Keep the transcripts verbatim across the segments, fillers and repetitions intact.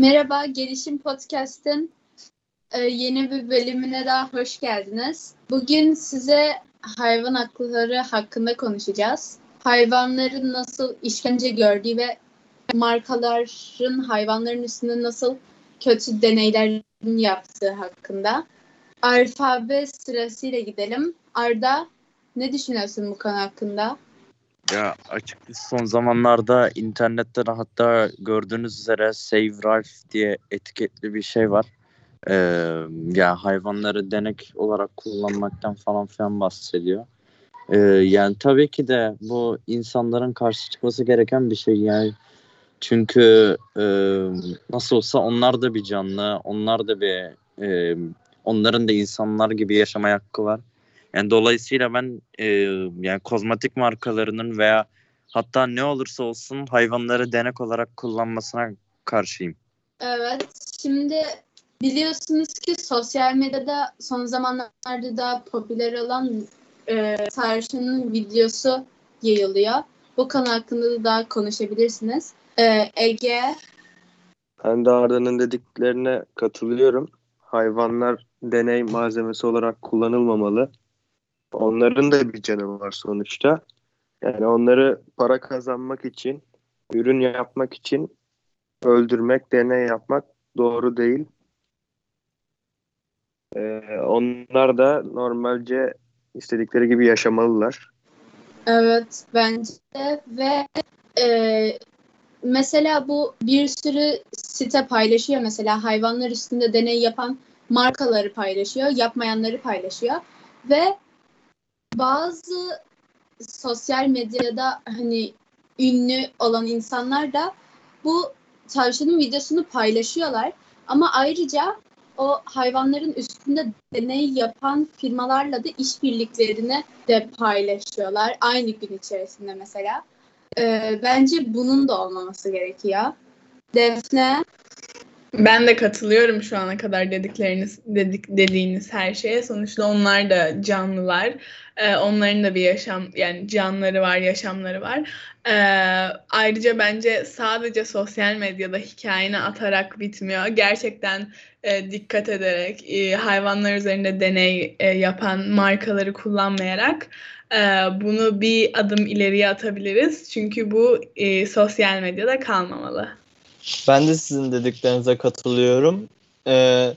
Merhaba, Gelişim Podcast'ın e, yeni bir bölümüne daha hoş geldiniz. Bugün size hayvan hakları hakkında konuşacağız. Hayvanların nasıl işkence gördüğü ve markaların hayvanların üstünde nasıl kötü deneylerin yaptığı hakkında. Alfabe sırasıyla gidelim. Arda, ne düşünüyorsun bu konu hakkında? Ya açıkçası son zamanlarda internette de hatta gördüğünüz üzere Save Ralph diye etiketli bir şey var. Ee, ya hayvanları denek olarak kullanmaktan falan filan bahsediyor. Ee, yani tabii ki de bu insanların karşı çıkması gereken bir şey yani. Çünkü e, nasıl olsa onlar da bir canlı, onlar da bir e, onların da insanlar gibi yaşamaya hakkı var. Yani dolayısıyla ben e, yani kozmetik markalarının veya hatta ne olursa olsun hayvanları denek olarak kullanmasına karşıyım. Evet, şimdi biliyorsunuz ki sosyal medyada son zamanlarda da popüler olan e, Tarkan'ın videosu yayılıyor. Bu konu hakkında da daha konuşabilirsiniz. E, Ege, Ben de Arda'nın dediklerine katılıyorum. Hayvanlar deney malzemesi olarak kullanılmamalı. Onların da bir canı var sonuçta. Yani onları para kazanmak için, ürün yapmak için öldürmek, deney yapmak doğru değil. Ee, onlar da normalce istedikleri gibi yaşamalılar. evet bence de ve e, mesela bu bir sürü site paylaşıyor, mesela hayvanlar üstünde deney yapan markaları paylaşıyor, yapmayanları paylaşıyor ve bazı sosyal medyada hani ünlü olan insanlar da bu tavşanın videosunu paylaşıyorlar. Ama ayrıca o hayvanların üstünde deney yapan firmalarla da işbirliklerini de paylaşıyorlar. Aynı gün içerisinde mesela. Ee, bence bunun da olmaması gerekiyor. Defne? Ben de katılıyorum şu ana kadar dedikleriniz dedik dediğiniz her şeye. Sonuçta onlar da canlılar. Ee, onların da bir yaşam, yani canları var, yaşamları var. Ee, ayrıca bence sadece sosyal medyada hikayeni atarak bitmiyor. Gerçekten e, dikkat ederek, e, hayvanlar üzerinde deney e, yapan markaları kullanmayarak e, bunu bir adım ileriye atabiliriz. Çünkü bu e, sosyal medyada kalmamalı. Ben de sizin dediklerinize katılıyorum. Ee,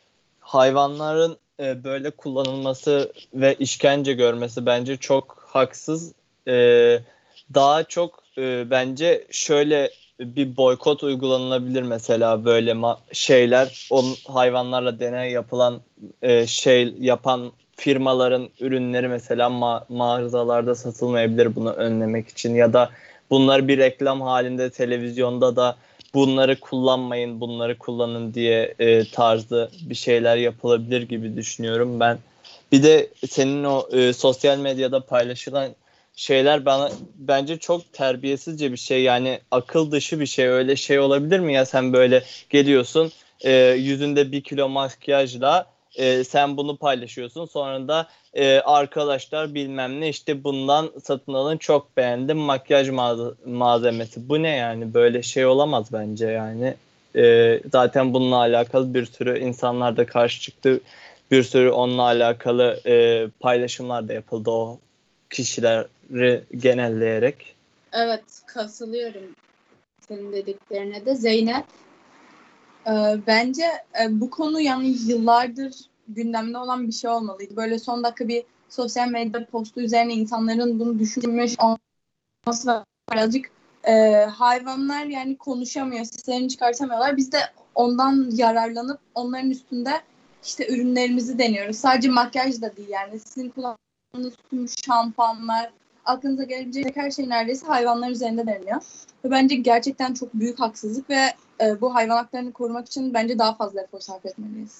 hayvanların e, böyle kullanılması ve işkence görmesi bence çok haksız. Ee, daha çok e, bence şöyle bir boykot uygulanabilir, mesela böyle ma- şeyler, on hayvanlarla deney yapılan e, şey yapan firmaların ürünleri mesela ma- mağazalarda satılmayabilir, bunu önlemek için, ya da bunlar bir reklam halinde televizyonda da bunları kullanmayın, bunları kullanın diye e, tarzı bir şeyler yapılabilir gibi düşünüyorum ben. Bir de senin o e, sosyal medyada paylaşılan şeyler bana bence çok terbiyesizce bir şey. Yani akıl dışı bir şey. Öyle şey olabilir mi ya? Sen böyle geliyorsun e, yüzünde bir kilo makyajla e, sen bunu paylaşıyorsun. Sonra da e, arkadaşlar bilmem ne işte bundan satın alın, çok beğendim, makyaj ma- malzemesi. Bu ne yani? Böyle şey olamaz bence yani. E, zaten bununla alakalı bir sürü insanlar da karşı çıktı. Bir sürü onunla alakalı e, paylaşımlar da yapıldı o kişileri genelleyerek. Evet, katılıyorum senin dediklerine de. Zeynep? Ee, bence e, bu konu yani yıllardır gündemde olan bir şey olmalıydı. Böyle son dakika bir sosyal medya postu üzerine insanların bunu düşünmüş olması da birazcık e, hayvanlar yani konuşamıyor, seslerini çıkartamıyorlar. Biz de ondan yararlanıp onların üstünde işte ürünlerimizi deniyoruz. Sadece makyaj da değil, yani sizin kullandığınız tüm şampuanlar, aklınıza gelebilecek her şey neredeyse hayvanlar üzerinde deneniyor. Ve bence gerçekten çok büyük haksızlık ve e, bu hayvan haklarını korumak için bence daha fazla efor sarf etmeliyiz.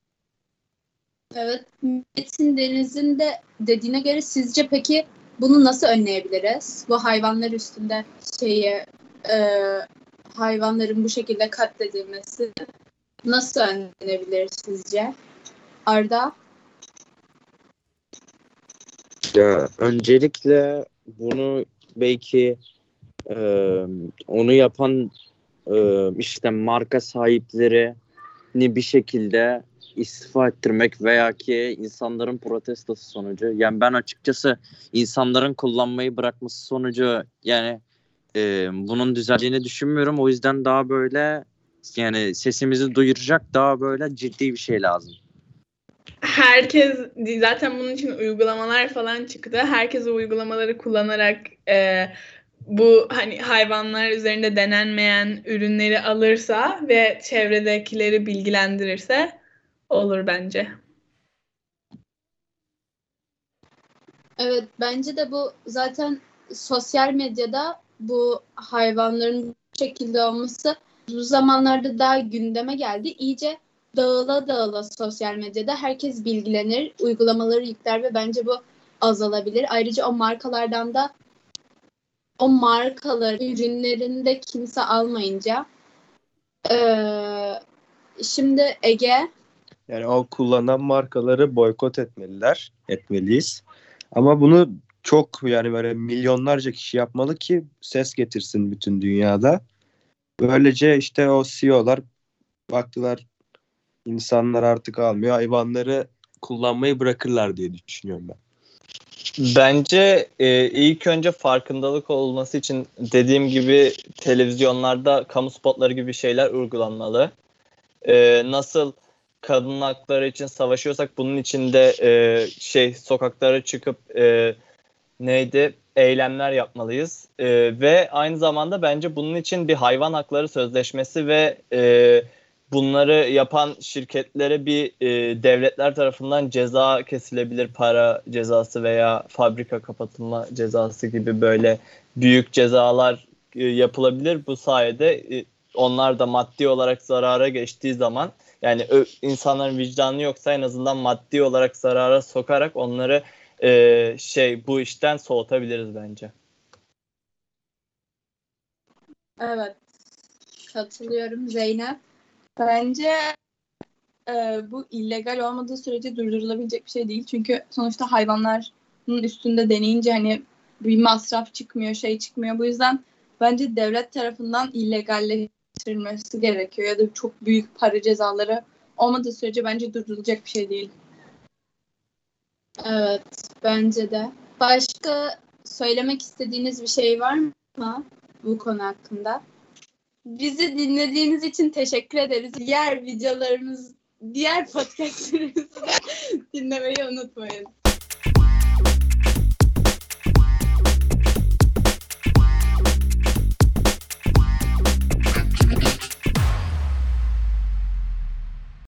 Evet, Metin Deniz'in de dediğine göre sizce peki bunu nasıl önleyebiliriz? Bu hayvanlar üstünde şeyi e, hayvanların bu şekilde katledilmesi nasıl önlenebilir sizce? Arda? Ya öncelikle bunu belki e, onu yapan e, işte marka sahiplerini bir şekilde istifa ettirmek veya ki insanların protestosu sonucu. Yani ben açıkçası insanların kullanmayı bırakması sonucu yani e, bunun düzeleceğini düşünmüyorum. O yüzden daha böyle yani sesimizi duyuracak daha böyle ciddi bir şey lazım. Herkes zaten bunun için uygulamalar falan çıktı. Herkes o uygulamaları kullanarak e, bu hani hayvanlar üzerinde denenmeyen ürünleri alırsa ve çevredekileri bilgilendirirse olur bence. Evet, bence de bu zaten sosyal medyada bu hayvanların bu şekilde olması bu zamanlarda daha gündeme geldi. İyice dağıla dağıla sosyal medyada herkes bilgilenir, uygulamaları yükler ve bence bu azalabilir. Ayrıca o markalardan da o markaların ürünlerini de kimse almayınca eee, şimdi Ege Yani o kullanan markaları boykot etmeliler, etmeliyiz. Ama bunu çok yani böyle milyonlarca kişi yapmalı ki ses getirsin bütün dünyada. Böylece işte o C E O'lar baktılar insanlar artık almıyor, hayvanları kullanmayı bırakırlar diye düşünüyorum ben. Bence e, ilk önce farkındalık olması için dediğim gibi televizyonlarda kamu spotları gibi şeyler uygulanmalı. E, nasıl kadın hakları için savaşıyorsak bunun için de e, şey sokaklara çıkıp e, neydi eylemler yapmalıyız. E, ve aynı zamanda bence bunun için bir hayvan hakları sözleşmesi ve e, bunları yapan şirketlere bir e, devletler tarafından ceza kesilebilir, para cezası veya fabrika kapatılma cezası gibi böyle büyük cezalar e, yapılabilir. Bu sayede e, onlar da maddi olarak zarara geçtiği zaman yani ö, insanların vicdanı yoksa en azından maddi olarak zarara sokarak onları e, şey bu işten soğutabiliriz bence. evet katılıyorum Zeynep. Bence e, bu illegal olmadığı sürece durdurulabilecek bir şey değil. Çünkü sonuçta hayvanların üstünde deneyince hani bir masraf çıkmıyor, şey çıkmıyor. Bu yüzden bence devlet tarafından illegalleştirilmesi gerekiyor. Ya da çok büyük para cezaları olmadığı sürece bence durdurulacak bir şey değil. Evet, bence de. Başka söylemek istediğiniz bir şey var mı bu konu hakkında? Bizi dinlediğiniz için teşekkür ederiz. Diğer videolarımız, diğer podcastlerimizi dinlemeyi unutmayın.